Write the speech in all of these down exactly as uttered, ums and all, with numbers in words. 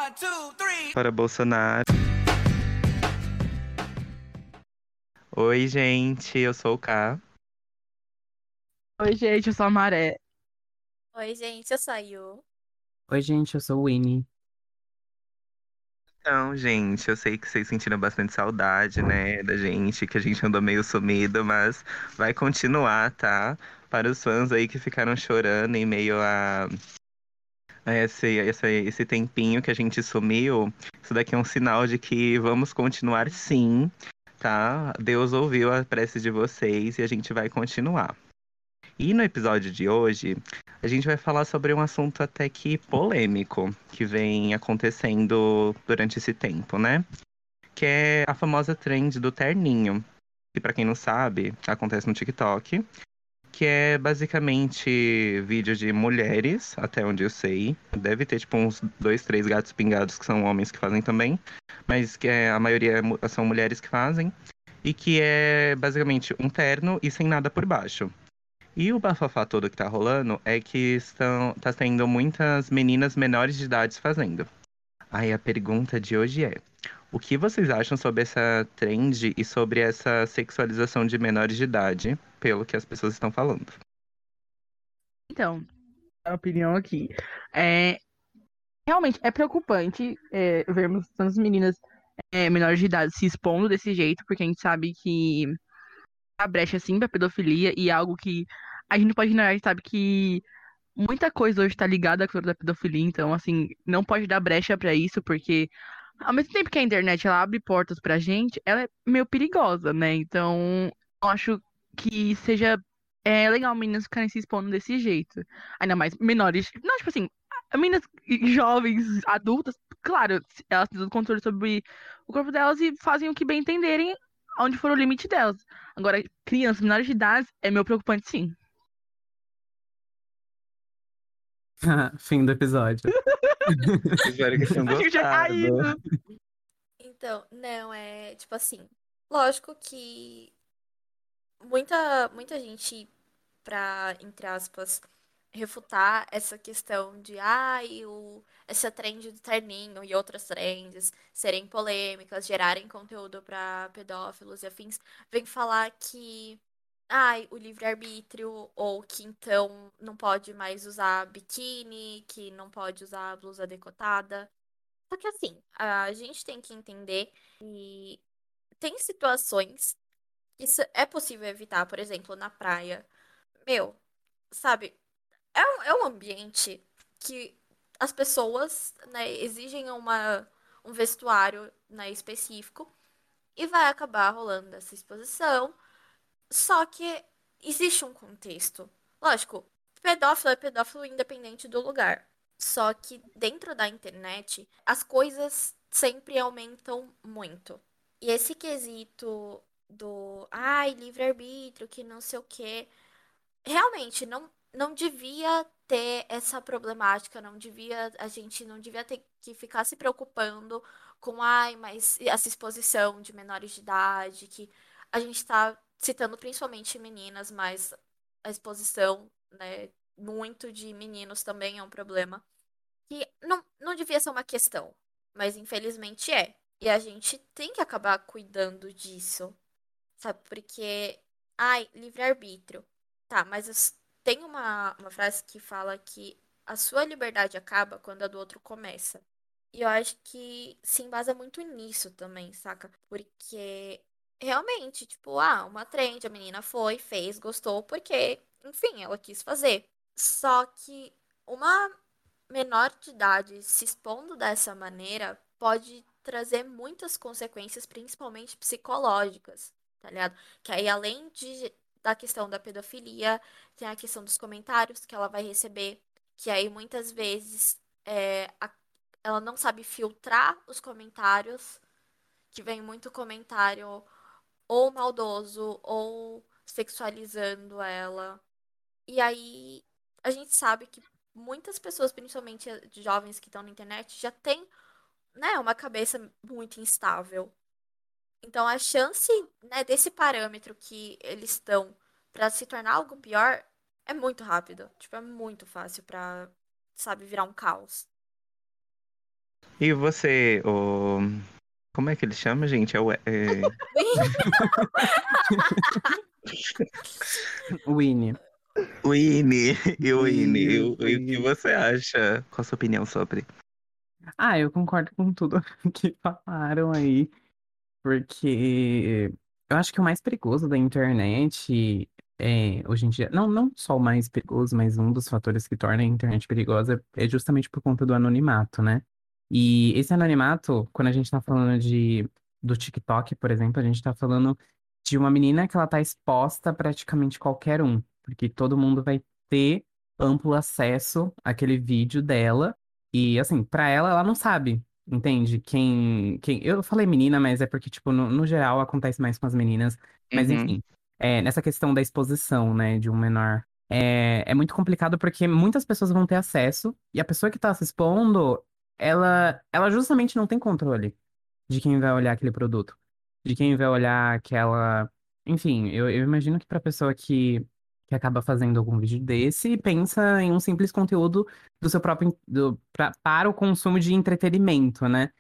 One, two, three. Para Bolsonaro. Oi, gente, eu sou o Ká. Oi, gente, eu sou a Maré. Oi, gente, eu sou a Yu. Oi, gente, eu sou o Winnie. Então, gente, eu sei que vocês sentiram bastante saudade, né, da gente, que a gente andou meio sumido, mas vai continuar, tá? Para os fãs aí que ficaram chorando em meio a, a esse, esse, esse tempinho que a gente sumiu, isso daqui é um sinal de que vamos continuar sim, tá? Deus ouviu a prece de vocês e a gente vai continuar. E no episódio de hoje, a gente vai falar sobre um assunto até que polêmico que vem acontecendo durante esse tempo, né? Que é a famosa trend do terninho, que pra quem não sabe, acontece no TikTok, que é basicamente vídeo de mulheres, até onde eu sei. Deve ter tipo uns dois, três gatos pingados que são homens que fazem também, mas que é, a maioria é mu- são mulheres que fazem, e que é basicamente um terno e sem nada por baixo. E o bafafá todo que tá rolando é que estão, tá tendo muitas meninas menores de idade fazendo. Aí a pergunta de hoje é: o que vocês acham sobre essa trend e sobre essa sexualização de menores de idade, pelo que as pessoas estão falando? Então, a opinião aqui. É, realmente é preocupante é, vermos tantas meninas é, menores de idade se expondo desse jeito, porque a gente sabe que a brecha assim pra pedofilia e é algo que a gente não pode ignorar, a gente sabe que muita coisa hoje tá ligada à cultura da pedofilia, então assim, não pode dar brecha pra isso, porque ao mesmo tempo que a internet ela abre portas pra gente, ela é meio perigosa, né? Então, eu acho que seja é, legal meninas ficarem se expondo desse jeito. Ainda mais menores. Não, tipo assim, meninas jovens, adultas, claro, elas têm todo o controle sobre o corpo delas e fazem o que bem entenderem onde for o limite delas. Agora, crianças menores de idade é meio preocupante, sim. Fim do episódio. Espero que tenham Achei que tinha gostado. caído. Então, não, é tipo assim. Lógico que muita, muita gente, pra, entre aspas, refutar essa questão de ai, o, essa trend do terninho e outras trends serem polêmicas, gerarem conteúdo pra pedófilos e afins, vem falar que ai, o livre-arbítrio, ou que então não pode mais usar biquíni, que não pode usar blusa decotada. Só que assim, a gente tem que entender que tem situações que isso é possível evitar, por exemplo, na praia. Meu, sabe, é um, é um ambiente que as pessoas, né, exigem uma, um vestuário, né, específico e vai acabar rolando essa exposição. Só que existe um contexto. Lógico, pedófilo é pedófilo independente do lugar. Só que dentro da internet, as coisas sempre aumentam muito. E esse quesito do, ai, livre-arbítrio, que não sei o quê, realmente não, não devia ter essa problemática, não devia, a gente não devia ter que ficar se preocupando com, ai, mas essa exposição de menores de idade, que a gente está citando principalmente meninas, mas a exposição, né, muito de meninos também é um problema, que não, não devia ser uma questão, mas infelizmente é. E a gente tem que acabar cuidando disso, sabe? Porque, ai, livre-arbítrio. Tá, mas as- tem uma, uma frase que fala que a sua liberdade acaba quando a do outro começa. E eu acho que se embasa muito nisso também, saca? Porque realmente, tipo, ah, uma trend, a menina foi, fez, gostou, porque, enfim, ela quis fazer. Só que uma menor de idade se expondo dessa maneira pode trazer muitas consequências, principalmente psicológicas, tá ligado? Que aí, além de, da questão da pedofilia, tem a questão dos comentários que ela vai receber, que aí muitas vezes é, a- ela não sabe filtrar os comentários, que vem muito comentário ou maldoso ou sexualizando ela. E aí a gente sabe que muitas pessoas, principalmente de jovens que estão na internet, já têm, né, uma cabeça muito instável. Então a chance, né, desse parâmetro que eles estão para se tornar algo pior é muito rápido. Tipo, é muito fácil pra, sabe, virar um caos. E você, o... como é que ele chama, gente? É o... É... Winnie. Winnie. E o Winnie. E Isso, o e o que Winnie. você acha? Qual a sua opinião sobre? Ah, eu concordo com tudo que falaram aí, porque eu acho que o mais perigoso da internet é, hoje em dia, não, não só o mais perigoso, mas um dos fatores que torna a internet perigosa é justamente por conta do anonimato, né? E esse anonimato, quando a gente tá falando de, do TikTok, por exemplo, a gente tá falando de uma menina que ela tá exposta a praticamente qualquer um, porque todo mundo vai ter amplo acesso àquele vídeo dela. E assim, pra ela, ela não sabe, entende? Quem, quem... Eu falei menina, mas é porque, tipo, no, no geral acontece mais com as meninas. Mas Uhum. enfim, é, nessa questão da exposição, né, de um menor, é, é muito complicado porque muitas pessoas vão ter acesso e a pessoa que tá se expondo, ela, ela justamente não tem controle de quem vai olhar aquele produto, de quem vai olhar aquela. Enfim, eu, eu imagino que para pessoa que, que acaba fazendo algum vídeo desse, pensa em um simples conteúdo do seu próprio. Do, pra- para o consumo de entretenimento, né?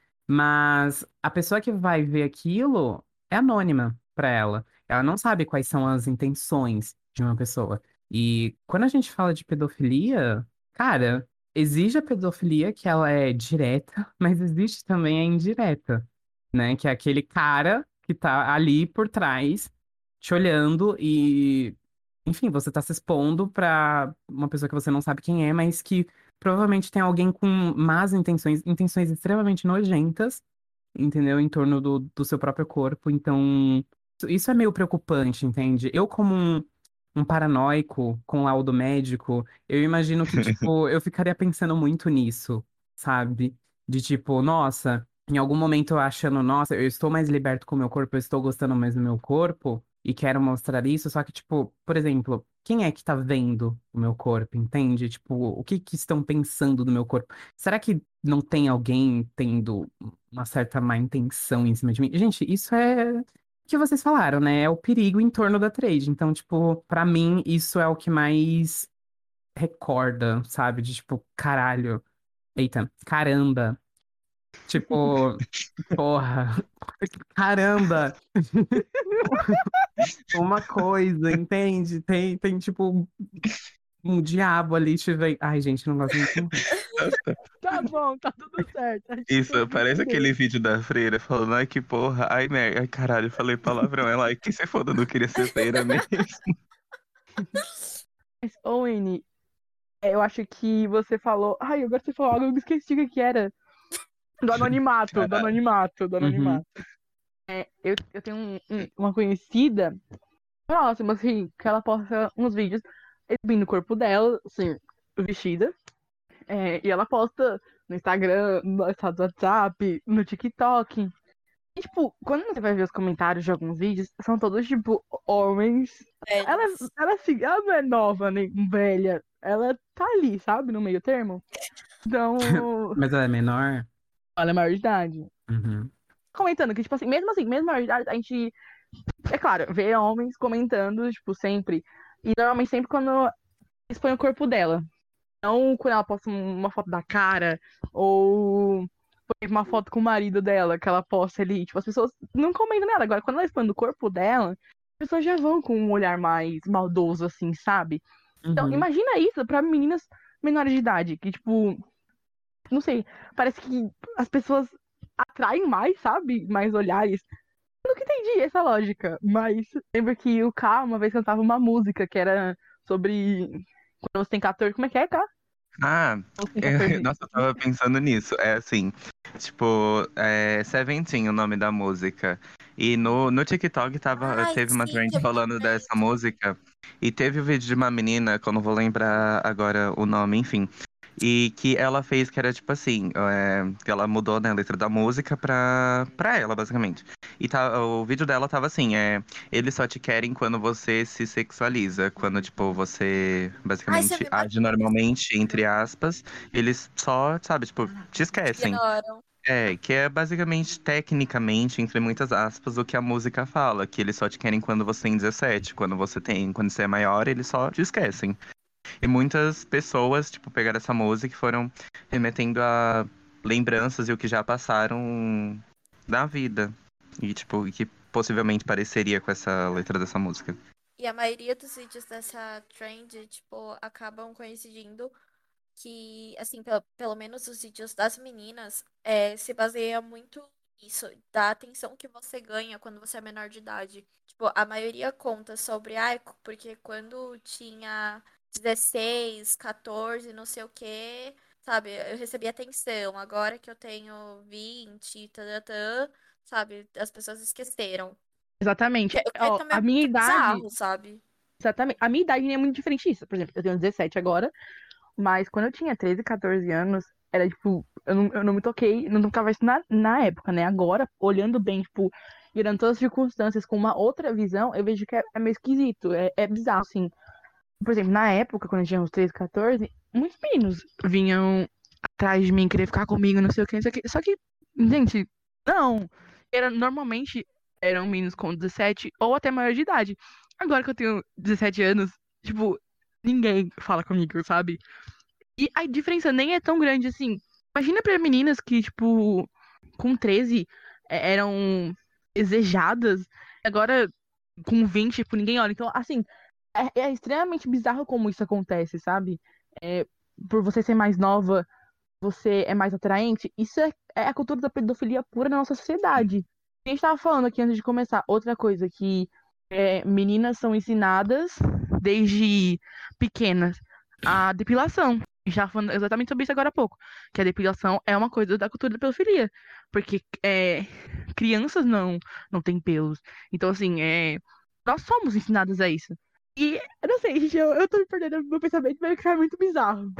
Mas a pessoa que vai ver aquilo é anônima para ela. Ela não sabe quais são as intenções de uma pessoa. E quando a gente fala de pedofilia, cara, existe a pedofilia que ela é direta, mas existe também a indireta, né? Que é aquele cara que tá ali por trás, te olhando e, enfim, você tá se expondo pra uma pessoa que você não sabe quem é, mas que provavelmente tem alguém com más intenções, intenções extremamente nojentas, entendeu? Em torno do, do seu próprio corpo. Então, isso isso é meio preocupante, entende? Eu, como um, um paranoico com laudo médico, eu imagino que, tipo, eu ficaria pensando muito nisso, sabe? De tipo, nossa, em algum momento eu achando, nossa, eu estou mais liberto com o meu corpo, eu estou gostando mais do meu corpo e quero mostrar isso, só que, tipo, por exemplo, quem é que tá vendo o meu corpo, entende? Tipo, o que que estão pensando do meu corpo? Será que não tem alguém tendo uma certa má intenção em cima de mim? Gente, isso é o que vocês falaram, né? É o perigo em torno da trade. Então, tipo, pra mim, isso é o que mais recorda, sabe? De tipo, caralho. Eita, caramba. Tipo, porra. Caramba. Uma coisa, entende? Tem, tem tipo, um diabo ali te vendo. Ai, gente, não gosto muito. Tá bom, tá tudo certo. A gente Isso, conseguiu parece entender. aquele vídeo da freira falando, ai que porra, ai, merda, ai caralho, falei palavrão. Ela, ai que se foda, não queria ser freira mesmo. Mas, ô, Winnie, é, eu acho que você falou. Ai, agora você falou algo, eu esqueci o que que era. Do anonimato, do Caralho. anonimato, do Uhum. anonimato. É, eu, eu tenho um- um- uma conhecida próxima, assim, que ela posta uns vídeos exibindo o corpo dela, assim, vestida. É, e ela posta no Instagram, no estado do WhatsApp, no TikTok. E, tipo, quando você vai ver os comentários de alguns vídeos, são todos, tipo, homens. Ela, Velhos. ela, assim, ela não é nova nem velha. Ela tá ali, sabe? No meio termo. Então, Mas ela é menor? ela é maior de idade. Uhum. Comentando que, tipo assim, mesmo assim, mesmo maior de idade, a gente, é claro, vê homens comentando, tipo, sempre. E normalmente sempre quando expõe o corpo dela. Não quando ela posta uma foto da cara, ou por exemplo, uma foto com o marido dela, que ela posta ali. Tipo, as pessoas não comentam nada. Agora, quando ela expõe o corpo dela, as pessoas já vão com um olhar mais maldoso, assim, sabe? Então, Uhum. imagina isso pra meninas menores de idade, que, tipo, não sei, parece que as pessoas atraem mais, sabe? Mais olhares. Eu nunca entendi essa lógica, mas lembro que o K uma vez cantava uma música que era sobre quando você tem quatorze. Como é que é, K? Ah, Quando você tem é, quatorze. nossa, eu tava pensando nisso. É assim, tipo, é Seventeen o nome da música. E no, no TikTok tava, Ai, teve uma sim, trend teve uma falando dessa trend. música. E teve o vídeo de uma menina, que eu não vou lembrar agora o nome, enfim. E que ela fez que era tipo assim, é, que ela mudou, né, a letra da música pra, pra ela, basicamente. E tá, o vídeo dela tava assim, é, eles só te querem quando você se sexualiza, quando, tipo, você Ai, você basicamente me age matou. normalmente, entre aspas, eles só, sabe, tipo, te esquecem. Ignoram. É, que é basicamente, tecnicamente, entre muitas aspas, o que a música fala, que eles só te querem quando você tem dezessete, quando você tem, quando você é maior, eles só te esquecem. E muitas pessoas, tipo, pegaram essa música e foram remetendo a lembranças e o que já passaram da vida. E, tipo, e que possivelmente pareceria com essa letra dessa música. E a maioria dos vídeos dessa trend, tipo, acabam coincidindo que, assim, pelo, pelo menos os vídeos das meninas, é, se baseia muito nisso, da atenção que você ganha quando você é menor de idade. Tipo, a maioria conta sobre, ai, porque quando tinha dezesseis, quatorze, não sei o quê, sabe, eu recebi atenção. Agora que eu tenho vinte, tã, sabe, as pessoas esqueceram. Exatamente. O que Ó, também a é minha muito idade, bizarro, sabe? exatamente. A minha idade nem é muito diferente disso. Por exemplo, eu tenho dezessete agora, mas quando eu tinha treze, quatorze anos, era tipo, eu não, eu não me toquei, não tocava isso na, na época, né? Agora, olhando bem, tipo, e olhando todas as circunstâncias com uma outra visão, eu vejo que é, é meio esquisito, é, é bizarro, assim. Por exemplo, na época, quando eu tinha uns treze, quatorze, muitos meninos vinham atrás de mim, querer ficar comigo, não sei o que, não sei o que. Só que, gente, não. Era, normalmente eram meninos com dezessete ou até maior de idade. Agora que eu tenho dezessete anos, tipo, ninguém fala comigo, sabe? E a diferença nem é tão grande assim. Imagina pra meninas que, tipo, com treze é, eram desejadas, agora com vinte, tipo, ninguém olha. Então, assim, é, é extremamente bizarro como isso acontece, sabe? É, por você ser mais nova, você é mais atraente. Isso é, é a cultura da pedofilia pura na nossa sociedade. A gente tava falando aqui antes de começar, outra coisa que é, meninas são ensinadas desde pequenas a depilação. A gente tava falando exatamente sobre isso agora há pouco. Que a depilação é uma coisa da cultura da pedofilia. Porque é, crianças não, não têm pelos. Então, assim, é, nós somos ensinadas a isso. E, eu não sei, gente, eu, eu tô me perdendo no meu pensamento, mas é muito bizarro.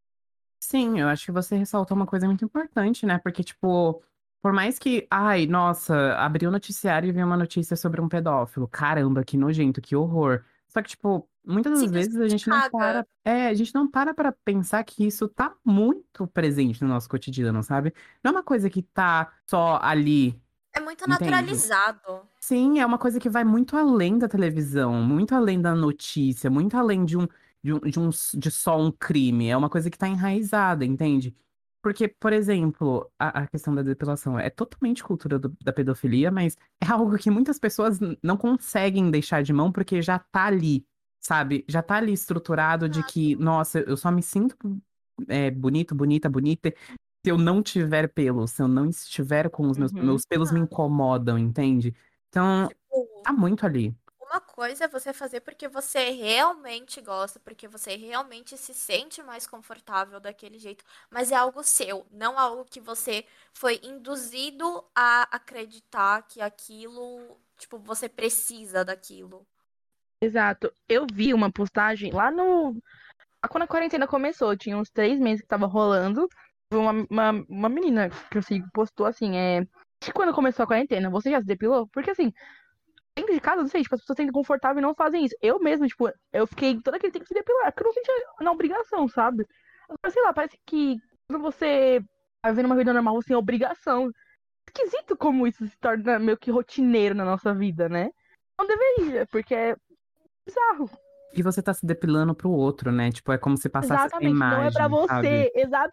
Sim, eu acho que você ressaltou uma coisa muito importante, né? Porque, tipo, por mais que, ai, nossa, abriu o noticiário e viu uma notícia sobre um pedófilo. Caramba, que nojento, que horror. Só que, tipo, muitas das vezes a Simplesmente gente não caga. para, é, a gente não para pra pensar que isso tá muito presente no nosso cotidiano, sabe? Não é uma coisa que tá só ali, É muito entende? naturalizado. Sim, é uma coisa que vai muito além da televisão, muito além da notícia, muito além de um, de um, de um, de só um crime. É uma coisa que está enraizada, entende? Porque, por exemplo, a, a questão da depilação é totalmente cultura do- da pedofilia, mas é algo que muitas pessoas n- não conseguem deixar de mão porque já tá ali, sabe? Já tá ali estruturado de que, nossa, eu só me sinto é, bonito, bonita, bonita se eu não tiver pelos, se eu não estiver com os meus, Uhum. meus pelos me incomodam, entende? Então, Tipo, tá muito ali. uma coisa é você fazer porque você realmente gosta, porque você realmente se sente mais confortável daquele jeito, mas é algo seu, não algo que você foi induzido a acreditar que aquilo, tipo, você precisa daquilo. Exato. Eu vi uma postagem lá no. Quando a quarentena começou, tinha uns três meses que tava rolando. Uma, uma, uma menina que eu sigo postou assim: é. Quando começou a quarentena, você já se depilou? Porque assim, dentro de casa, não sei, tipo, as pessoas se sentem confortáveis e não fazem isso. Eu mesmo, tipo, eu fiquei todo aquele tempo se depilar, porque eu não sentia na obrigação, sabe? Agora, sei lá, parece que quando você tá vivendo uma vida normal, você tem obrigação. Esquisito como isso se torna meio que rotineiro na nossa vida, né? Não deveria, porque é bizarro. E você tá se depilando pro outro, né? Tipo, é como se passasse essa Exatamente, não é pra imagem, sabe? você,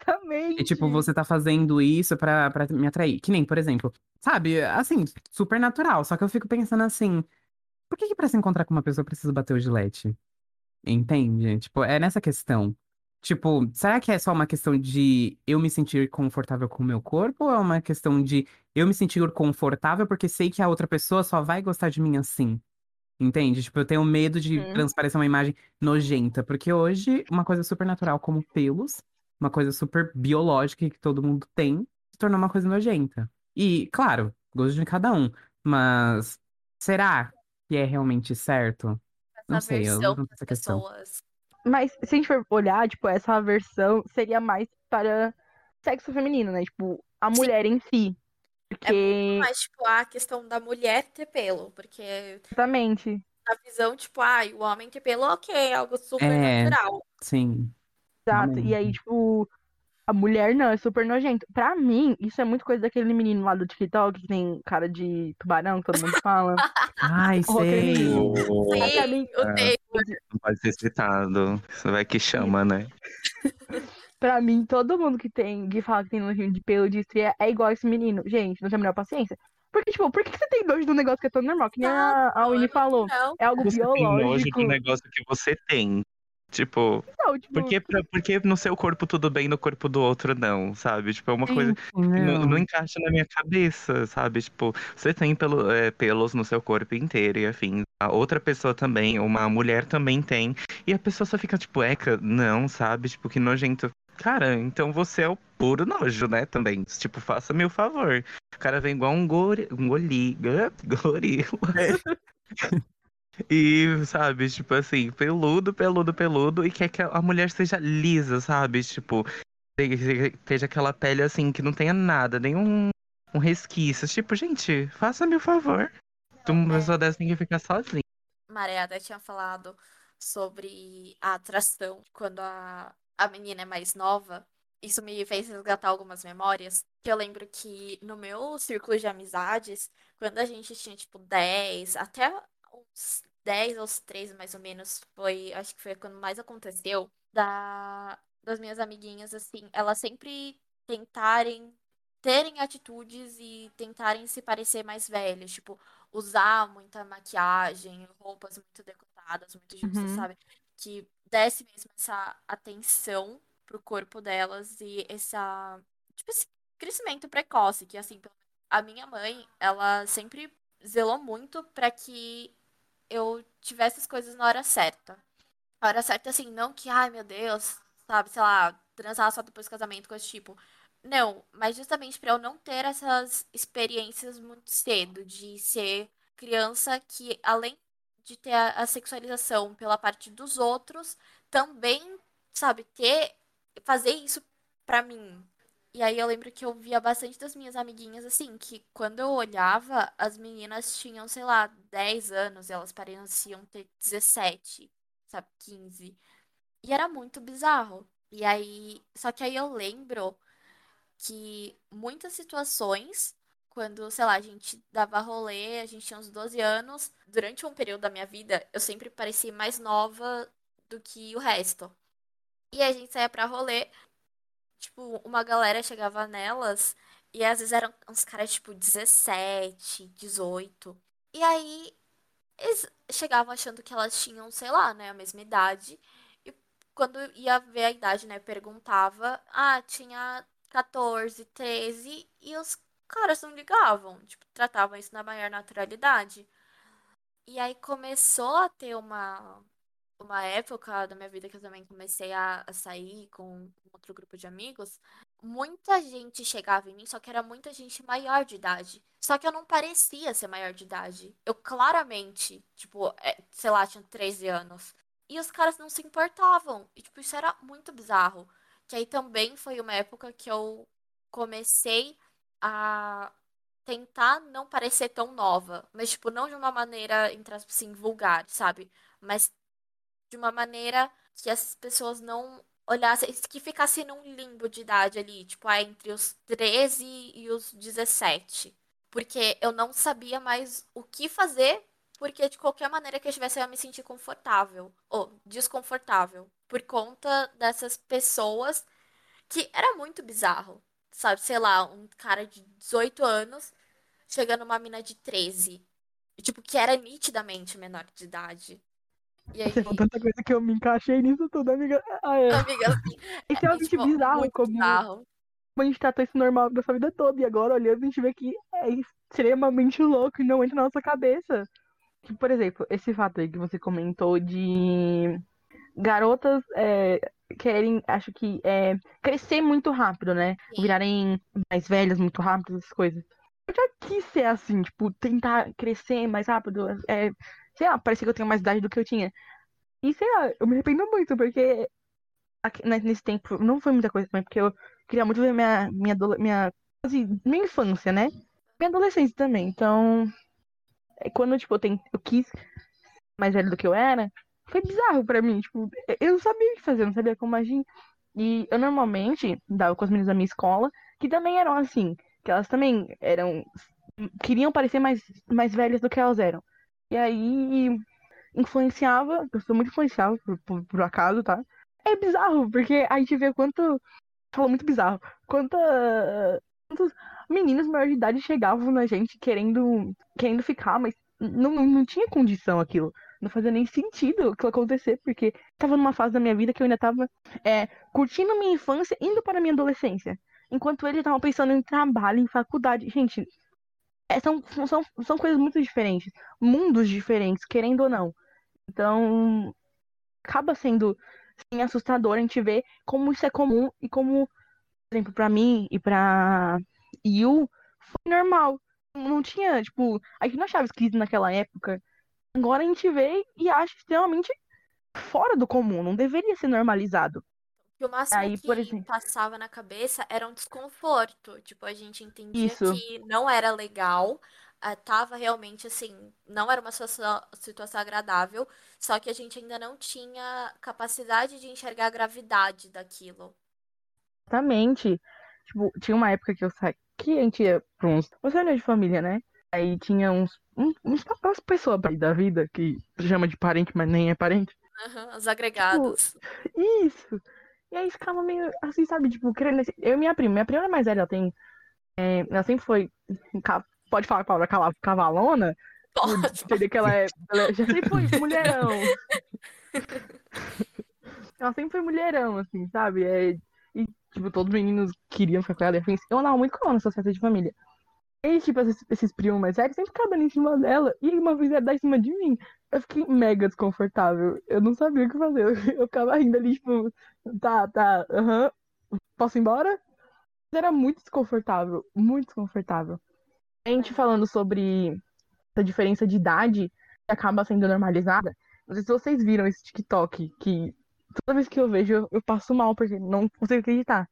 E tipo, exatamente. você tá fazendo isso pra, pra me atrair. Que nem, por exemplo, sabe? Assim, super natural. Só que eu fico pensando assim, por que que pra se encontrar com uma pessoa eu preciso bater o gilete? Entende? Tipo, é nessa questão. Tipo, será que é só uma questão de eu me sentir confortável com o meu corpo ou é uma questão de eu me sentir confortável porque sei que a outra pessoa só vai gostar de mim assim? Entende? Tipo, eu tenho medo de Hum. transparecer uma imagem nojenta, porque hoje uma coisa super natural como pelos, uma coisa super biológica que todo mundo tem, se tornou uma coisa nojenta. E, claro, gosto de cada um, mas será que é realmente certo? Não Essa sei, eu versão levanto das essa questão. pessoas. Mas se a gente for olhar, tipo, essa versão seria mais para sexo feminino, né? Tipo, a Sim, mulher em si. é muito Porque, mais, tipo, a questão da mulher ter pelo, porque exatamente, a visão, tipo, ai, o homem ter pelo, ok, é algo super É, natural. sim, exato. E aí, realmente. tipo, a mulher não, é super nojento. Pra mim, isso é muito coisa daquele menino lá do TikTok que tem cara de tubarão, que todo mundo fala. Ai, Ou aquele menino. sei. Aí O... pra Sim, mim, o é, Taylor. não pode ser citado. Isso vai que isso. chama, né? Pra mim, todo mundo que tem, que fala que tem nojinho de pelo de estria é igual esse menino. Gente, não tem a menor paciência. Porque, tipo, por que que você tem nojo de um negócio que é tão normal? Que nem Exato, a, a eu Winnie não tenho falou. não. É algo Você tem nojo do biológico. negócio que você tem. Tipo, Não, tipo, porque, pra- porque no seu corpo tudo bem, no corpo do outro não, sabe? Tipo, é uma coisa Gente, que não, não não. encaixa na minha cabeça, sabe? Tipo, você tem pelo, é, pelos no seu corpo inteiro e afim. A outra pessoa também, uma mulher também tem. E a pessoa só fica tipo, eca, não, sabe? Tipo, que nojento. Cara, então você é o puro nojo, né? Também. Tipo, faça-me o favor. O cara vem igual um gori, um goli, gorila. E, sabe, tipo assim, peludo, peludo, peludo, e quer que a mulher seja lisa, sabe? Tipo, te- esteja aquela pele assim, que não tenha nada, nenhum um resquício. Tipo, gente, faça-me o favor. Tu, uma É, pessoa dessa tem que ficar sozinha. Maria até tinha falado sobre a atração quando a, a menina é mais nova. Isso me fez resgatar algumas memórias. Que eu lembro que no meu círculo de amizades, quando a gente tinha tipo dez até uns dez aos treze mais ou menos, foi, acho que foi quando mais aconteceu, da, das minhas amiguinhas, assim, elas sempre tentarem, terem atitudes e tentarem se parecer mais velhas. Tipo, usar muita maquiagem, roupas muito decotadas, muito justas, uhum. sabe? Que desse mesmo essa atenção pro corpo delas e essa, tipo, esse crescimento precoce, que assim, pelo menos a minha mãe, ela sempre zelou muito pra que eu tivesse as coisas na hora certa. A hora certa, assim, não que, ai meu Deus, sabe, sei lá, transar só depois do casamento, coisa do tipo. Não, mas justamente pra eu não ter essas experiências muito cedo, de ser criança que, além de ter a, a sexualização pela parte dos outros, também, sabe, ter, fazer isso pra mim. E aí eu lembro que eu via bastante das minhas amiguinhas, assim, que quando eu olhava, as meninas tinham, sei lá, dez anos, e elas pareciam ter dezessete, sabe, quinze. E era muito bizarro. E aí, só que aí eu lembro que muitas situações, quando, sei lá, a gente dava rolê, a gente tinha uns doze anos, durante um período da minha vida, eu sempre parecia mais nova do que o resto. E a gente saía pra rolê, tipo, uma galera chegava nelas, e às vezes eram uns caras, tipo, dezessete, dezoito. E aí eles chegavam achando que elas tinham, sei lá, né, a mesma idade. E quando ia ver a idade, né, perguntava, ah, tinha catorze, treze, e os caras não ligavam, tipo, tratavam isso na maior naturalidade. E aí começou a ter uma, uma época da minha vida que eu também comecei a, a sair com outro grupo de amigos. Muita gente chegava em mim, só que era muita gente maior de idade. Só que eu não parecia ser maior de idade. Eu claramente, tipo, é, sei lá, tinha treze anos. E os caras não se importavam. E, tipo, isso era muito bizarro. Que aí também foi uma época que eu comecei a tentar não parecer tão nova. Mas, tipo, não de uma maneira, entre aspas, assim, vulgar, sabe? Mas de uma maneira que as pessoas não olhassem, que ficasse num limbo de idade ali, tipo, ah, entre os treze e os dezessete. Porque eu não sabia mais o que fazer, porque de qualquer maneira que eu estivesse, eu ia me sentir confortável ou desconfortável por conta dessas pessoas que era muito bizarro. Sabe, sei lá, um cara de dezoito anos chegando uma mina de treze. E, tipo, que era nitidamente menor de idade. E Você falou aí, tanta coisa que eu me encaixei nisso tudo, amiga. Ah, é. amiga, assim, É é, é, extremamente tipo, bizarro muito como bizarro. a gente tratou isso normal da sua vida toda. E agora, olhando, a gente vê que é extremamente louco e não entra na nossa cabeça. Tipo, por exemplo, esse fato aí que você comentou de garotas é, querem, acho que, é, crescer muito rápido, né? Sim, Virarem mais velhas muito rápido, essas coisas. Eu já quis ser assim, tipo, tentar crescer mais rápido. É, sei lá, parecia que eu tenho mais idade do que eu tinha. E sei lá, eu me arrependo muito, porque aqui- né, nesse tempo não foi muita coisa também, porque eu queria muito ver minha, minha, adole- minha, quase, minha infância, né? Minha adolescência também. Então, é, quando, tipo, eu, ten- eu quis ser mais velho do que eu era, foi bizarro pra mim. Tipo, eu não sabia o que fazer, eu não sabia como agir. E eu normalmente dava com as meninas da minha escola, que também eram assim, que elas também eram, queriam parecer mais, mais velhas do que elas eram. E aí influenciava, eu sou muito influenciável por, por, por acaso, tá? É bizarro, porque a gente vê quanto. Falou muito bizarro. Quanta. Quantos meninos maior de idade chegavam na gente querendo, querendo ficar, mas não, não, não tinha condição aquilo. Não fazia nem sentido aquilo acontecer, porque tava numa fase da minha vida que eu ainda tava é, curtindo minha infância, indo para a minha adolescência. Enquanto ele tava pensando em trabalho, em faculdade. Gente, é, são, são, são coisas muito diferentes. Mundos diferentes, querendo ou não. Então, acaba sendo sim, assustador a gente ver como isso é comum e como, por exemplo, pra mim e pra Yu, foi normal. Não tinha, tipo, a gente não achava esquisito naquela época. Agora a gente vê e acha extremamente fora do comum, não deveria ser normalizado. E o máximo Aí, por que exemplo, passava na cabeça era um desconforto. Tipo, a gente entendia isso, que não era legal, ah, tava realmente assim, não era uma situação, situação agradável, só que a gente ainda não tinha capacidade de enxergar a gravidade daquilo. exatamente. Tipo, tinha uma época que eu saí, que a gente ia pra uns, uns reuniões de família, né? Aí tinha uns, uns, uns umas pessoas aí da vida que chama de parente, mas nem é parente. Aham, os Tipo, agregados. isso. E aí ficava meio assim, sabe? Tipo, querendo. Eu e minha prima. Minha prima é mais velha, ela tem. é, ela sempre foi. ca- Pode falar a palavra cala- cavalona? Tipo, Pode, entender que ela é. Ela já sempre foi mulherão. Ela sempre foi mulherão, assim, sabe? É, e, tipo, todos os meninos queriam ficar com ela. Eu eu andava muito com ela nessas festas de família. E, tipo, esses, esses primos mais velhos sempre ficavam dando em cima dela. E uma vez ela dar em cima de mim. Eu fiquei mega desconfortável. Eu não sabia o que fazer. Eu, eu ficava rindo ali, tipo, tá, tá, aham, posso ir embora? Era muito desconfortável, muito desconfortável. A gente é. falando sobre essa diferença de idade que acaba sendo normalizada. Não sei se vocês viram esse TikTok, que toda vez que eu vejo, eu, eu passo mal, porque não consigo acreditar.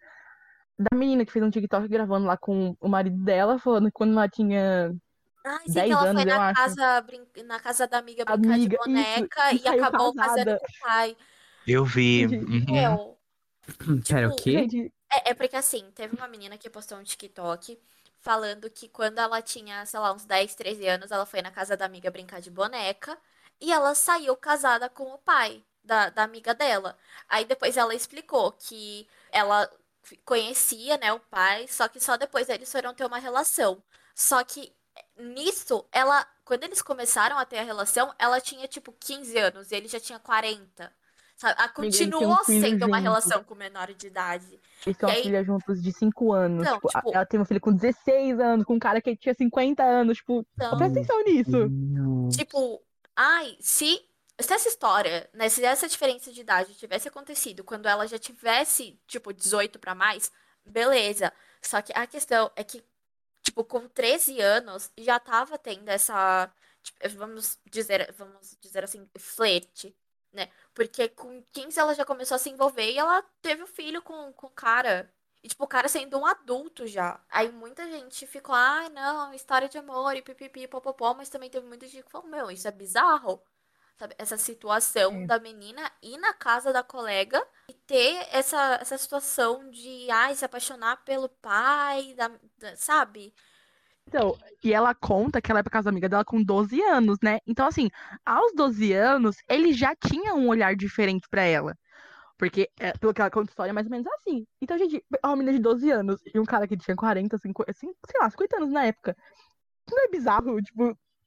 Da menina que fez um TikTok gravando lá com o marido dela, falando que quando ela tinha Ai, sim, que dez ela foi anos, eu na acho. casa, brin- na casa da amiga brincar de Amiga, isso, boneca e e saiu acabou fazendo casada. com o pai. Eu vi. Gente, Uhum. Meu, Pera, o tipo, quê? gente, é, é porque assim, teve uma menina que postou um TikTok falando que quando ela tinha, sei lá, uns dez, treze anos, ela foi na casa da amiga brincar de boneca e ela saiu casada com o pai da, da amiga dela. Aí depois ela explicou que ela f- conhecia, né, o pai, só que só depois eles foram ter uma relação. Só que eh, nisso, ela, quando eles começaram a ter a relação, ela tinha tipo quinze anos e ele já tinha quarenta. Sabe? Ah, amiga, eles têm um continuou filho sendo uma juntos. relação com menor de idade. Eles têm E uma aí, filha juntos de cinco anos. então, Tipo, a- tipo, ela tem uma filha com dezesseis anos, com um cara que tinha cinquenta anos. Tipo, presta então, Meu atenção nisso. Deus. tipo, ai, se, se essa história, né, se essa diferença de idade tivesse acontecido quando ela já tivesse, tipo, dezoito pra mais, beleza. Só que a questão é que, tipo, com treze anos já tava tendo essa, tipo, vamos dizer, vamos dizer assim, flerte, né? Porque com quinze ela já começou a se envolver e ela teve o filho com, com o cara. E, tipo, o cara sendo um adulto já. Aí muita gente ficou, ai, não, história de amor e pipipi, popopó, mas também teve muita gente que falou, meu, isso é bizarro. Sabe? Essa situação É. da menina ir na casa da colega e ter essa, essa situação de, ai, se apaixonar pelo pai, da, da- sabe? Então, e ela conta que ela é pra casa da amiga dela com doze anos, né? Então, assim, aos doze anos, ele já tinha um olhar diferente pra ela. Porque, é, pelo que ela conta a história, é mais ou menos assim. Então, gente, uma menina de doze anos e um cara que tinha quarenta, cinquenta, assim, sei lá, cinquenta anos na época. Isso não é bizarro? Tipo,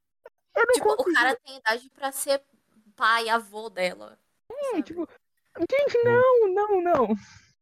eu não Tipo, o cara consigo. tem idade pra ser pai, avô dela, É, tipo, sabe? gente, O, não, não, não.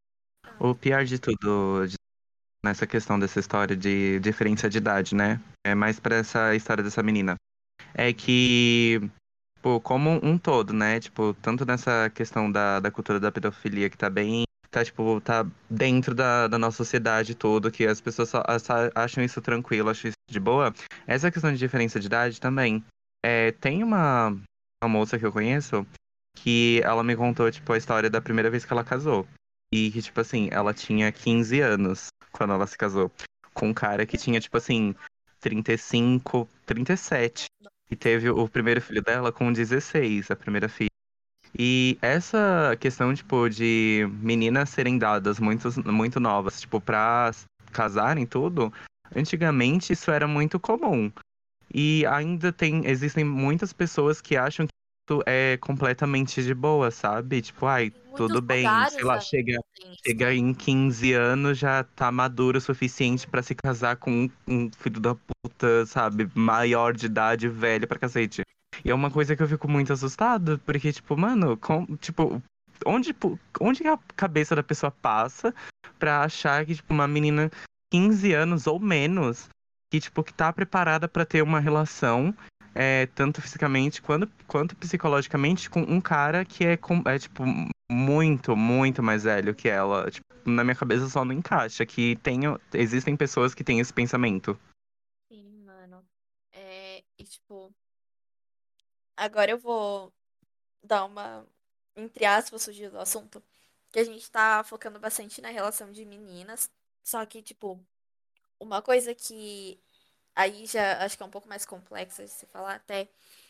o pior de tudo de- nessa questão dessa história de diferença de idade, né? É mais pra essa história dessa menina. É que, pô, como um todo, né? Tipo, tanto nessa questão da, da cultura da pedofilia que tá bem. Tá, tipo, tá dentro da, da nossa sociedade toda, que as pessoas só, só acham isso tranquilo, acham isso de boa. Essa questão de diferença de idade também. É, tem uma, uma moça que eu conheço que ela me contou, tipo, a história da primeira vez que ela casou. E que, tipo assim, ela tinha quinze anos quando ela se casou. Com um cara que tinha, tipo assim, trinta e cinco, trinta e sete. E teve o primeiro filho dela com dezesseis, a primeira filha. E essa questão, tipo, de meninas serem dadas muito, muito novas, tipo, pra casarem tudo, antigamente isso era muito comum. E ainda tem, existem muitas pessoas que acham que isso é completamente de boa, sabe? Tipo, ai, muitos Tudo bem, sei lugares lá, ainda chega, tem isso. chega em quinze anos, já tá maduro o suficiente pra se casar com um, um filho da puta, sabe? Maior de idade, velho pra cacete. E é uma coisa que eu fico muito assustado, porque, tipo, mano, com- tipo, onde, pu- onde que a cabeça da pessoa passa pra achar que, tipo, uma menina quinze anos ou menos, que, tipo, que tá preparada pra ter uma relação, é, tanto fisicamente quanto, quanto psicologicamente, com um cara que é, com- é, tipo, muito, muito mais velho que ela. Tipo, na minha cabeça só não encaixa que tenho, existem pessoas que têm esse pensamento. Sim, mano. É, e tipo, agora eu vou dar uma, entre aspas, fugir do assunto, que a gente tá focando bastante na relação de meninas. Só que, tipo, uma coisa que aí já acho que é um pouco mais complexa de se falar até,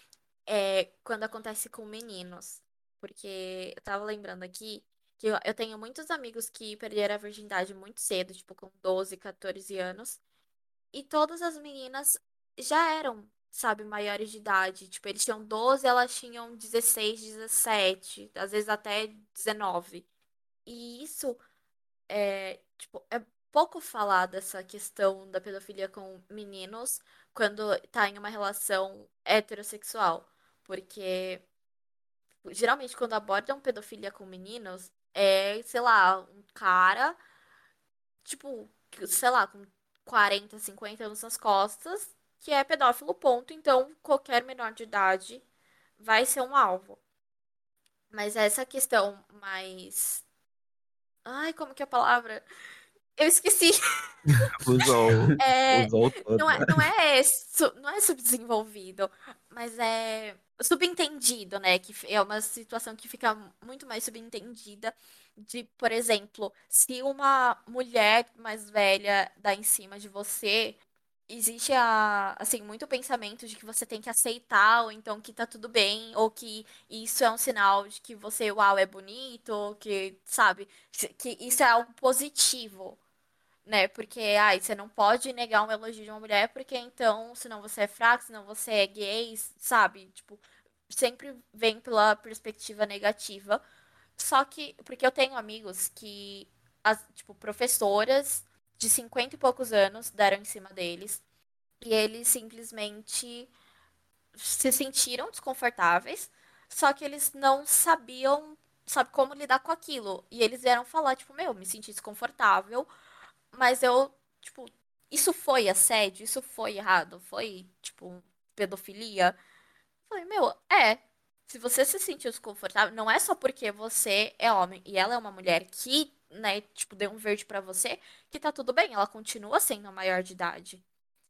é quando acontece com meninos. Porque eu tava lembrando aqui que eu, eu tenho muitos amigos que perderam a virgindade muito cedo, tipo com doze quatorze anos. E todas as meninas já eram, sabe, maiores de idade. Tipo, eles tinham doze, elas tinham dezesseis, dezessete, às vezes até dezenove. E isso é, tipo, é pouco falado essa questão da pedofilia com meninos quando tá em uma relação heterossexual. Porque geralmente quando abordam pedofilia com meninos, é, sei lá, um cara, tipo, que- sei lá, com quarenta cinquenta anos nas costas, que é pedófilo, ponto. Então, qualquer menor de idade vai ser um alvo. Mas essa questão mais. Ai, como que é a palavra? Eu esqueci. Usou, É, usou não é, toda. não é, su- não é subdesenvolvido, mas é subentendido, né? Que é uma situação que fica muito mais subentendida de, por exemplo, se uma mulher mais velha dá em cima de você, existe a, assim, muito pensamento de que você tem que aceitar, ou então que tá tudo bem, ou que isso é um sinal de que você, uau, é bonito, ou que, sabe, que isso é algo positivo, né? Porque, ai, você não pode negar um elogio de uma mulher, porque então, senão você é fraco, senão você é gay, sabe? Tipo, sempre vem pela perspectiva negativa. Só que, porque eu tenho amigos que, as, tipo, professoras de cinquenta e poucos anos deram em cima deles, e eles simplesmente se sentiram desconfortáveis, só que eles não sabiam, sabe, como lidar com aquilo. E eles vieram falar, tipo, meu, me senti desconfortável, mas eu, tipo, isso foi assédio? Isso foi errado? Foi, tipo, pedofilia? Eu falei, meu, é. Se você se sentiu desconfortável, não é só porque você é homem e ela é uma mulher que, né, tipo, deu um verde pra você, que tá tudo bem, ela continua sendo a maior de idade.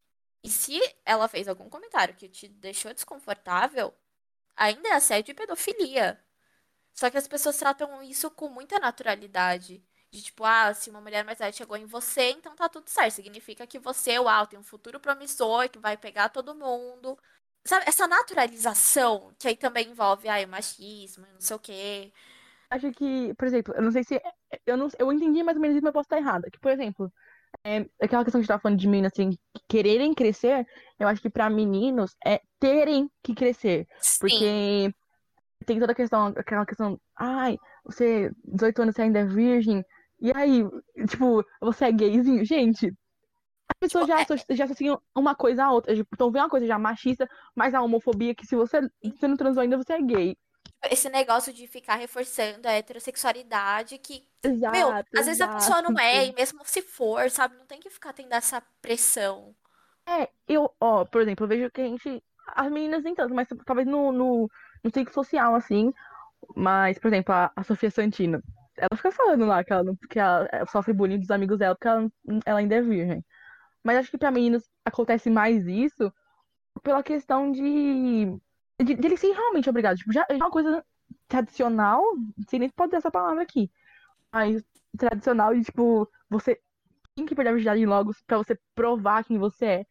E se ela fez algum comentário que te deixou desconfortável, ainda é assédio e pedofilia. Só que as pessoas tratam isso com muita naturalidade. De tipo, ah, se uma mulher mais velha chegou em você, então tá tudo certo. Significa que você, uau, tem um futuro promissor, que vai pegar todo mundo. Sabe, essa naturalização, que aí também envolve, ai, o machismo, não sei o quê. Acho que, por exemplo, eu não sei se. Eu, não, eu entendi mais ou menos isso, mas eu posso estar errada. Que, por exemplo, é, aquela questão que a gente tava falando de meninas, assim, quererem crescer, eu acho que pra meninos é terem que crescer. Sim. Porque tem toda a questão, aquela questão, ai, você, dezoito anos, você ainda é virgem, e aí, tipo, você é gayzinho. Gente, as Tipo, pessoas já, é, asso- já associam uma coisa à outra. Tipo, então vem uma coisa já machista, mas a homofobia que se você, você não transou ainda, você é gay. esse negócio de ficar reforçando a heterossexualidade que, meu, Exato, às vezes a pessoa não exato. é, e mesmo se for, sabe, não tem que ficar tendo essa pressão. É, eu, ó, por exemplo, eu vejo que a gente. As meninas nem tanto, mas talvez no, no, no ciclo social, assim. Mas, por exemplo, a, a Sofia Santino. Ela fica falando lá que ela, não, que ela é, sofre bullying dos amigos dela porque ela, ela ainda é virgem. Mas acho que pra meninos acontece mais isso pela questão de, de, de eles serem realmente obrigados. Tipo, já já é uma coisa tradicional, não sei nem se pode ter essa palavra aqui. Mas tradicional de, tipo, você tem que perder a virgindade logo pra você provar quem você é.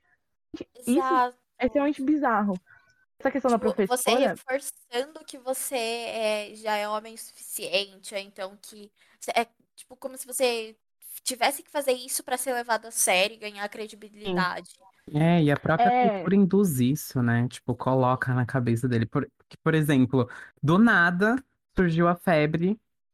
Isso Exato. é extremamente bizarro. Essa questão da Tipo, você professora, reforçando que você é, já é homem o suficiente, ou então que é tipo como se você tivesse que fazer isso pra ser levado a sério e ganhar sim, credibilidade. É, e a própria é. cultura induz isso, né? Tipo, coloca na cabeça dele. Por, que, por exemplo, do nada surgiu a febre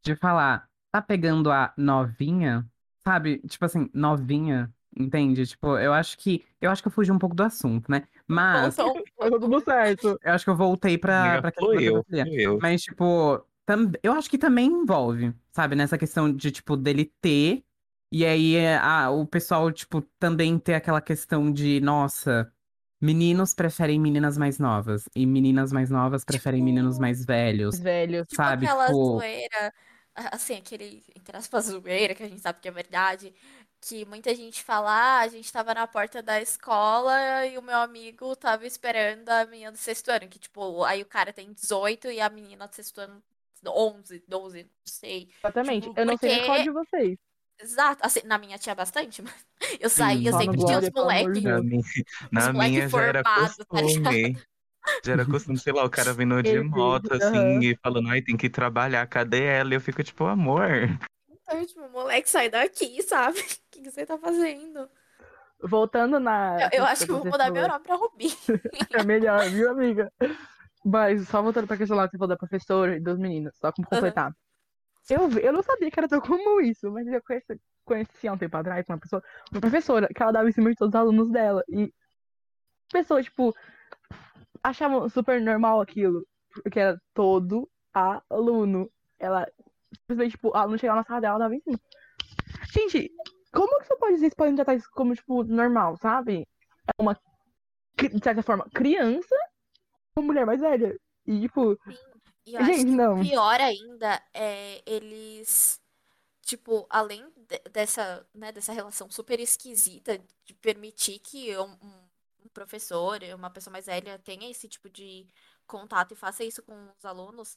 de falar, tá pegando a novinha, sabe? Tipo assim, novinha, entende? Tipo, eu acho que eu acho que eu fugi um pouco do assunto, né? Mas Voltou um Mas tá pouco, tudo mas certo. eu acho que eu voltei pra, Amiga, pra questão da fui eu, pedofilia. fui eu. Mas, tipo, tam, eu acho que também envolve, sabe? Nessa questão de, tipo, dele ter. E aí, é, a, o pessoal, tipo, também ter aquela questão de, nossa, meninos preferem meninas mais novas. E meninas mais novas preferem meninos tipo, mais velhos, Os velhos. tipo sabe? aquela Tipo, zoeira, a- assim, aquele, entre aspas, zoeira, que a gente sabe que é verdade, que muita gente fala, ah, a gente tava na porta da escola e o meu amigo tava esperando a menina do sexto ano, que, tipo, aí o cara tem dezoito e a menina do sexto ano onze, doze, não sei. Exatamente. Tipo, Eu não sei na escola porque, de vocês. exato, assim, na minha tinha bastante, mas eu saía, sim, Só no sempre tinha uhum. os Glória, pelo amor de moleque, Na Deus. minha, os na moleque minha já era formado, tá ligado? costume. Já era costume, sei lá, o cara vindo de Ele, moto, assim, aham. e falando, ai, tem que trabalhar, cadê ela? E eu fico tipo, amor. Então, tipo, moleque, sai daqui, sabe? O que que você tá fazendo? Voltando na Eu, eu acho questão que que eu vou você mudar meu falou. nome pra Rubi. É melhor, viu, amiga? Mas só voltando pra questão lá que você falou da professora e dos meninos, só como Aham. completar. Eu, vi- eu não sabia que era tão comum isso, mas eu conheci, conheci há um tempo atrás uma pessoa, uma professora, que ela dava em cima de todos os alunos dela. E pessoas, tipo, achavam super normal aquilo, porque era todo aluno. Ela, simplesmente, tipo, o aluno chegava na sala dela, dava em cima. Gente, como que você pode dizer que pode tratar isso como, tipo, normal, sabe? É uma, de certa forma, criança ou mulher mais velha. E, tipo, Sim. E eu acho gente, que o não. pior ainda é eles, tipo, além de- dessa, né, dessa relação super esquisita de permitir que um, um- um professor, uma pessoa mais velha, tenha esse tipo de contato e faça isso com os alunos,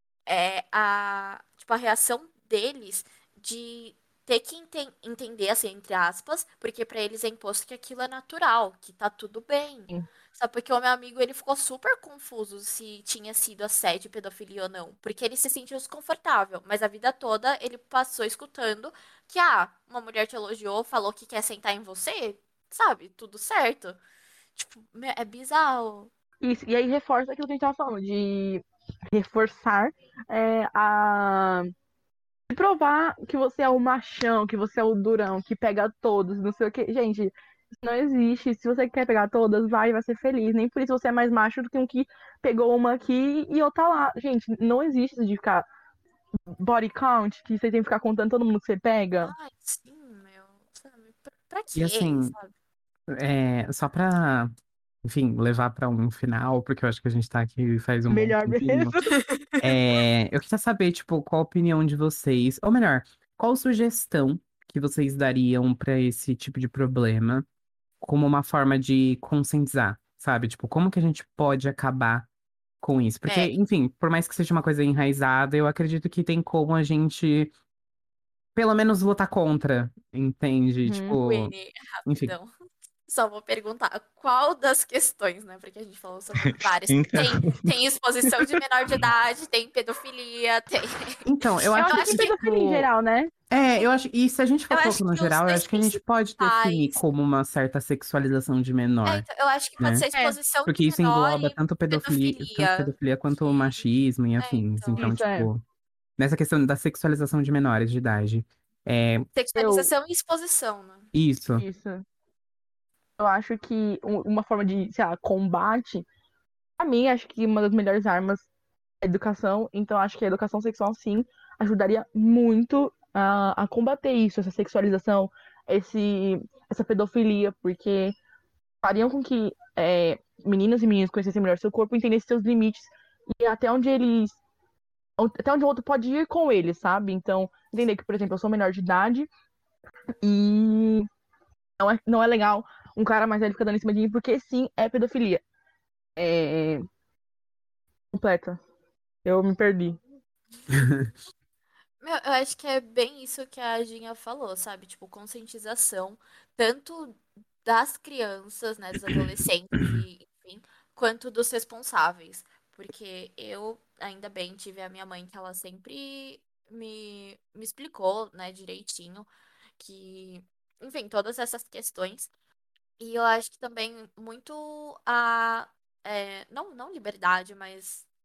é a, tipo, a reação deles de ter que enten- entender, assim, entre aspas, porque pra eles é imposto que aquilo é natural, que tá tudo bem. Sabe, porque o meu amigo, ele ficou super confuso se tinha sido assédio, pedofilia ou não, porque ele se sentiu desconfortável, mas a vida toda ele passou escutando que, ah, uma mulher te elogiou, falou que quer sentar em você, sabe, tudo certo. Tipo, me- é bizarro. Isso, e aí reforça aquilo que a gente tava falando, de reforçar é, a. De provar que você é o machão, que você é o durão, que pega todos, não sei o quê. Gente, isso não existe. Se você quer pegar todas, vai, vai ser feliz. Nem por isso você é mais macho do que um que pegou uma aqui e outra lá. Gente, não existe isso de ficar body count, que você tem que ficar contando todo mundo que você pega. Ai, sim, meu, sabe, pra, pra E quê, assim, sabe? é, só pra, enfim, levar pra um final, porque eu acho que a gente tá aqui faz um bom Melhor mesmo. tempinho. É, eu queria saber, tipo, qual a opinião de vocês, ou melhor, qual sugestão que vocês dariam pra esse tipo de problema, como uma forma de conscientizar, sabe? Tipo, como que a gente pode acabar com isso? Porque, É, enfim, por mais que seja uma coisa enraizada, eu acredito que tem como a gente, pelo menos, lutar contra, entende? Uhum. Tipo, Winnie, enfim. rapidão. Só vou perguntar qual das questões, né? Porque a gente falou sobre várias. Então, Tem, tem exposição de menor de idade, tem pedofilia, tem. Então, eu Eu acho acho Eu que que, tem acho que, pedofilia em tipo, geral, né? é, eu acho, e se a gente eu for acho colocando no que os geral, eu dois acho que a gente pode definir principais. como uma certa sexualização de É, menor, então, eu acho que pode né? ser É, exposição de Porque isso menor engloba e tanto pedofilia, tanto pedofilia. pedofilia quanto Que... machismo e É, afins. então. Então, isso é. tipo, nessa questão da sexualização de menores de idade. É, Eu, Sexualização e exposição, né? isso. isso. Eu acho que um- uma forma de, sei lá, combate, pra mim, acho que uma das melhores armas é a educação. Então, acho que a educação sexual, sim, ajudaria muito a, a combater isso, essa sexualização, esse, essa pedofilia, porque fariam com que é, meninas e meninos conhecessem melhor seu corpo, entendessem seus limites e até onde eles. Até onde o outro pode ir com eles, sabe? Então, entender que, por exemplo, eu sou menor de idade e não é, não é legal um cara mais velho ficar dando em cima de mim, porque sim, é pedofilia. É. Completa. Eu me perdi. Meu, eu acho que é bem isso que a Ginha falou, sabe? Tipo, conscientização, tanto das crianças, né, dos adolescentes e, enfim, quanto dos responsáveis. Porque eu, ainda bem, tive a minha mãe que ela sempre me, me explicou, né, direitinho, que, enfim, todas essas questões. E eu acho que também muito a, é, não, não liberdade, mas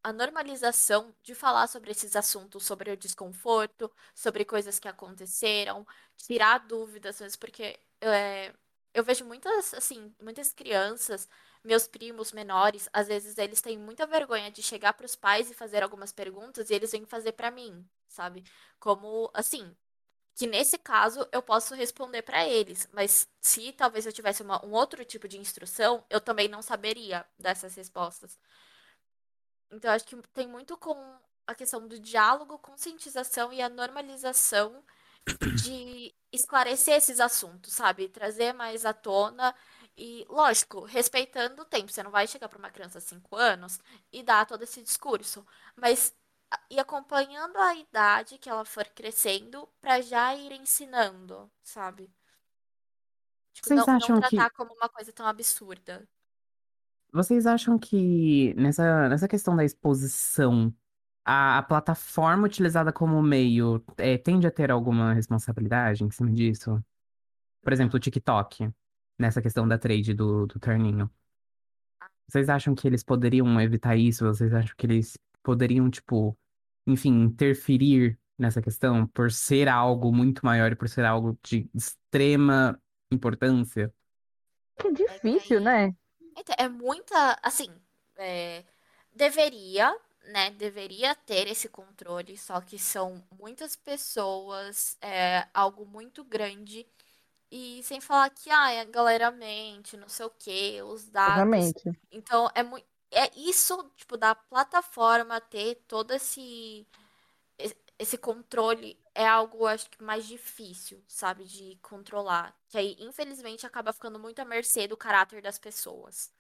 a normalização de falar sobre esses assuntos, sobre o desconforto, sobre coisas que aconteceram, tirar dúvidas mesmo, porque é, eu vejo muitas, assim, muitas crianças, meus primos menores, às vezes eles têm muita vergonha de chegar para os pais e fazer algumas perguntas e eles vêm fazer para mim, sabe? Como, assim, que nesse caso eu posso responder para eles, mas se talvez eu tivesse uma- um outro tipo de instrução, eu também não saberia dessas respostas. Então, acho que tem muito com a questão do diálogo, conscientização e a normalização de esclarecer esses assuntos, sabe? Trazer mais à tona e, lógico, respeitando o tempo. Você não vai chegar para uma criança de cinco anos e dar todo esse discurso, mas a- ir acompanhando a idade que ela for crescendo para já ir ensinando, sabe? Tipo, Vocês não, não acham que tratar como uma coisa tão absurda. vocês acham que nessa, nessa questão da exposição, a, a plataforma utilizada como meio é, tende a ter alguma responsabilidade em cima disso? Por exemplo, o Não. TikTok, nessa questão da trade do, do terninho. Vocês acham que eles poderiam evitar isso? Vocês acham que eles poderiam, tipo, enfim, interferir nessa questão por ser algo muito maior e por ser algo de extrema importância? Que É que difícil, aí. né? Então, é muita. Assim, é, deveria, né? Deveria ter esse controle, só que são muitas pessoas, é algo muito grande. E sem falar que, ah, a galera mente, não sei o quê, os dados. Exatamente. Então, é muito. É isso, tipo, da plataforma ter todo esse, esse esse controle é algo, acho que, mais difícil, sabe, de controlar. Que aí, infelizmente, acaba ficando muito à mercê do caráter das pessoas.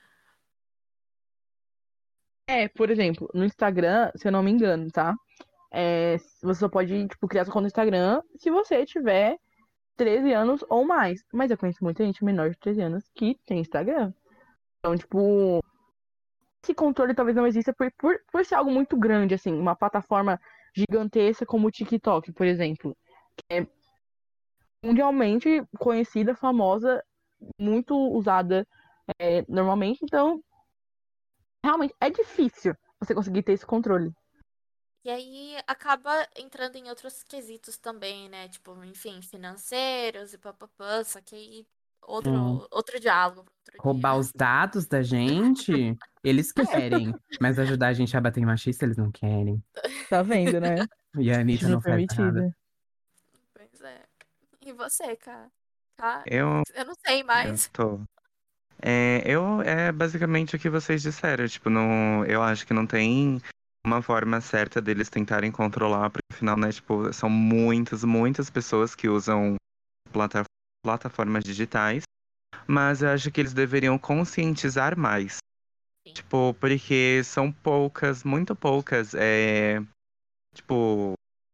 É, por exemplo, no Instagram, se eu não me engano, tá? É, você só pode, tipo, criar sua conta no Instagram se você tiver treze anos ou mais. Mas eu conheço muita gente menor de treze anos que tem Instagram. Então, tipo, esse controle talvez não exista por, por, por ser algo muito grande, assim, uma plataforma gigantesca como o TikTok, por exemplo. É mundialmente conhecida, famosa, muito usada é, normalmente. Então, realmente é difícil você conseguir ter esse controle. E aí acaba entrando em outros quesitos também, né? Tipo, enfim, financeiros e papapã, só que aí Hum. outro, outro diálogo para outro dia. Roubar os dados da gente, eles querem, mas ajudar a gente a bater em machista, eles não querem. Tá vendo, né? E a Anitta Estupro não faz nada. permitido. Pois é. E você, cara? Tá? Eu, Eu não sei eu mais. tô. É, eu é basicamente o que vocês disseram, tipo, não, eu acho que não tem uma forma certa deles tentarem controlar, porque afinal, né, tipo, são muitas, muitas pessoas que usam plata- plataformas digitais, mas eu acho que eles deveriam conscientizar mais, Sim. tipo, porque são poucas, muito poucas, é, tipo,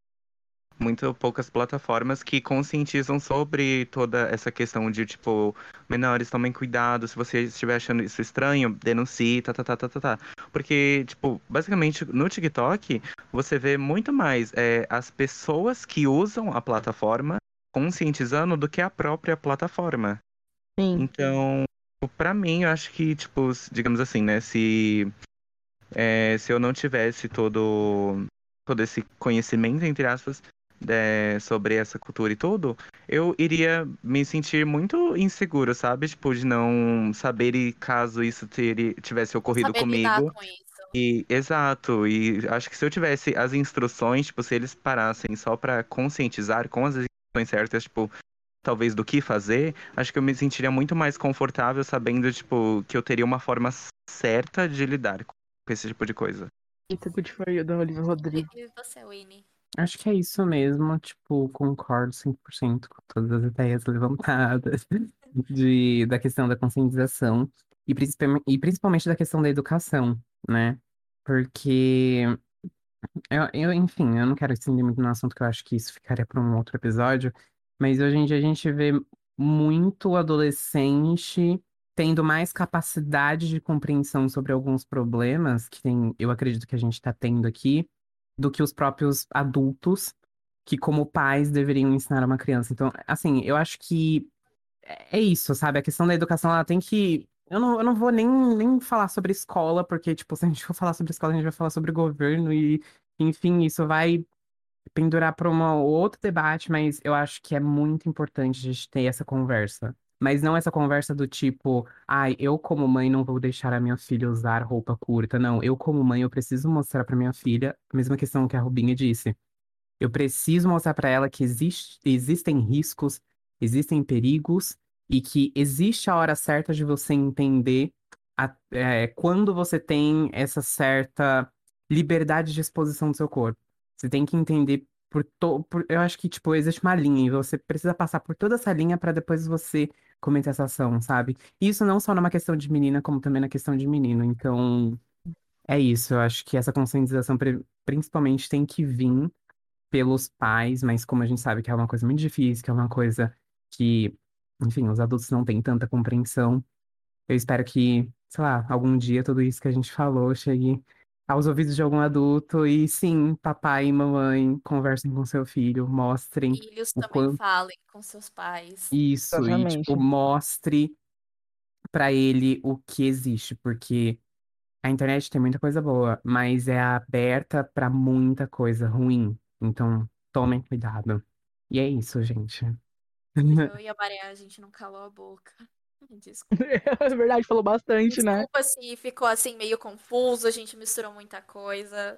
muito poucas plataformas que conscientizam sobre toda essa questão de, tipo, menores, tomem cuidado, se você estiver achando isso estranho, denuncie, tá, tá, tá, tá, tá, tá. Porque, tipo, basicamente no TikTok, você vê muito mais é, as pessoas que usam a plataforma conscientizando do que a própria plataforma. Sim. Então, pra mim, eu acho que, tipo, digamos assim, né, se, é, se eu não tivesse todo, todo esse conhecimento, entre aspas, é, sobre essa cultura e tudo, eu iria me sentir muito inseguro, sabe? Tipo, de não saber e caso isso ter, tivesse Não ocorrido saber lidar comigo. com isso. E, exato, e acho que se eu tivesse as instruções, tipo, se eles parassem só pra conscientizar com as instruções certas, tipo, talvez do que fazer, acho que eu me sentiria muito mais confortável sabendo, tipo, que eu teria uma forma certa de lidar com esse tipo de coisa. It's a good for you, da Olivia E, Rodrigo. e você, Winnie? Acho que é isso mesmo, tipo, concordo cem por cento com todas as ideias levantadas de, da questão da conscientização e, principalmente, e principalmente da questão da educação, né? Porque, eu, eu, enfim, eu não quero estender muito no assunto, que eu acho que isso ficaria para um outro episódio, mas hoje em dia a gente vê muito adolescente tendo mais capacidade de compreensão sobre alguns problemas que tem, eu acredito que a gente está tendo aqui, do que os próprios adultos, que como pais deveriam ensinar a uma criança. Então, assim, eu acho que é é isso, sabe? A questão da educação, ela tem que Eu não, eu não vou nem, nem falar sobre escola, porque, tipo, se a gente for falar sobre escola, a gente vai falar sobre governo e, enfim, isso vai pendurar para um outro debate, mas eu acho que é muito importante a gente ter essa conversa. Mas não essa conversa do tipo, ai, eu como mãe não vou deixar a minha filha usar roupa curta. Não, eu como mãe eu preciso mostrar para minha filha a mesma questão que a Rubinha disse. Eu preciso mostrar para ela que existe, existem riscos, existem perigos e que existe a hora certa de você entender a- é, quando você tem essa certa liberdade de exposição do seu corpo. Você tem que entender por, to, por eu acho que tipo existe uma linha e você precisa passar por toda essa linha para depois você cometer essa ação, sabe? Isso não só numa questão de menina, como também na questão de menino. Então, é isso. Eu acho que essa conscientização pri- principalmente tem que vir pelos pais, mas como a gente sabe que é uma coisa muito difícil, que é uma coisa que, enfim, os adultos não têm tanta compreensão, eu espero que, sei lá, algum dia tudo isso que a gente falou chegue aos ouvidos de algum adulto e sim, papai e mamãe conversem com seu filho, mostrem Filhos o também quanto falem com seus pais. isso e, tipo, Exatamente. mostre pra ele o que existe, porque a internet tem muita coisa boa, mas é aberta pra muita coisa ruim. Então, tomem cuidado. E é isso, gente. Hoje eu e a Maria, a gente não calou a boca. Desculpa. É verdade, falou bastante, né? Desculpa se ficou assim meio confuso, a gente misturou muita coisa.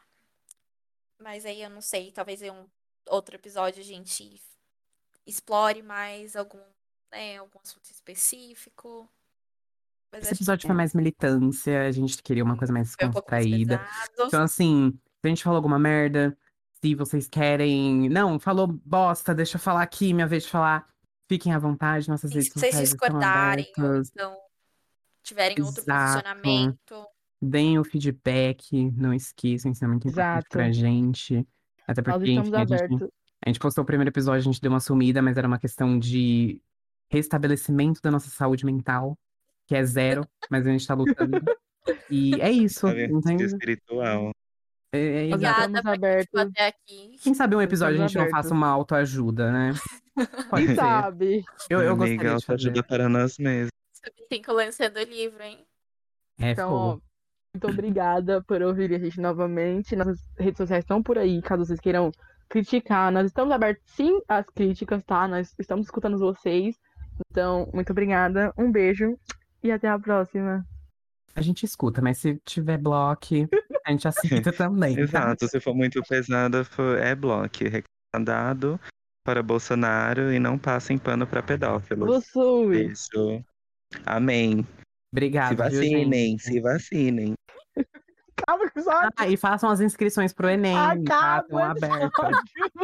Mas aí eu não sei, talvez em um outro episódio a gente explore mais algum, né, algum assunto específico. Mas Esse acho que episódio foi mais militância, a gente queria uma coisa mais foi um pouco mais descontraída. pesado. Então, assim, se a gente falou alguma merda, se vocês querem. Não, falou bosta, deixa eu falar aqui, minha vez de falar. Fiquem à vontade, nossas Se redes vocês sociais estão discordarem ou abertas. então tiverem outro Exato. posicionamento, Deem o feedback, não esqueçam, isso é muito importante Exato. pra gente. Até Nós porque, estamos enfim, a gente, abertos. a gente postou o primeiro episódio, a gente deu uma sumida, mas era uma questão de restabelecimento da nossa saúde mental, que é zero, mas a gente tá lutando. E é isso, Saúde entende? espiritual. É, é Nós exato. obrigada estamos pra quem ficou abertos. até aqui. Quem sabe um Nós episódio estamos a gente não faça abertos. uma autoajuda, né? Quem Pode ser. sabe? Eu, eu Amiga, gostaria de autoajuda fazer. para nós mesmos. Cinco lançando o livro, hein? É, Então, ó, fogo. muito obrigada por ouvir a gente novamente. Nossas redes sociais estão por aí, caso vocês queiram criticar. Nós estamos abertos sim às críticas, tá? Nós estamos escutando vocês. Então, muito obrigada. Um beijo e até a próxima. A gente escuta, mas se tiver bloco, a gente aceita também, tá? Exato, se for muito pesada, for- é bloco. Recomendado para Bolsonaro e não passem pano para pedófilos. Lussui. Beijo. Amém. Se Obrigado, viu, gente? vacinem, se vacinem. Acaba o episódio. Ah, e façam as inscrições pro Enem, tá? Acaba Estão o abertas. episódio.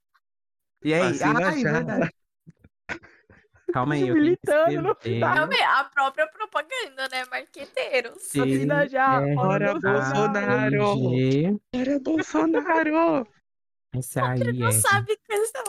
E aí? Vacina Ai, já. verdade. Calma aí, eu tenho que Militando no escrever. final. Também, a própria propaganda, né? Marqueteiros. Vacina já. T Fora Bora, Bolsonaro. Bolsonaro! R G. Bora, Bolsonaro! Esse Não aí é. sabe cancelar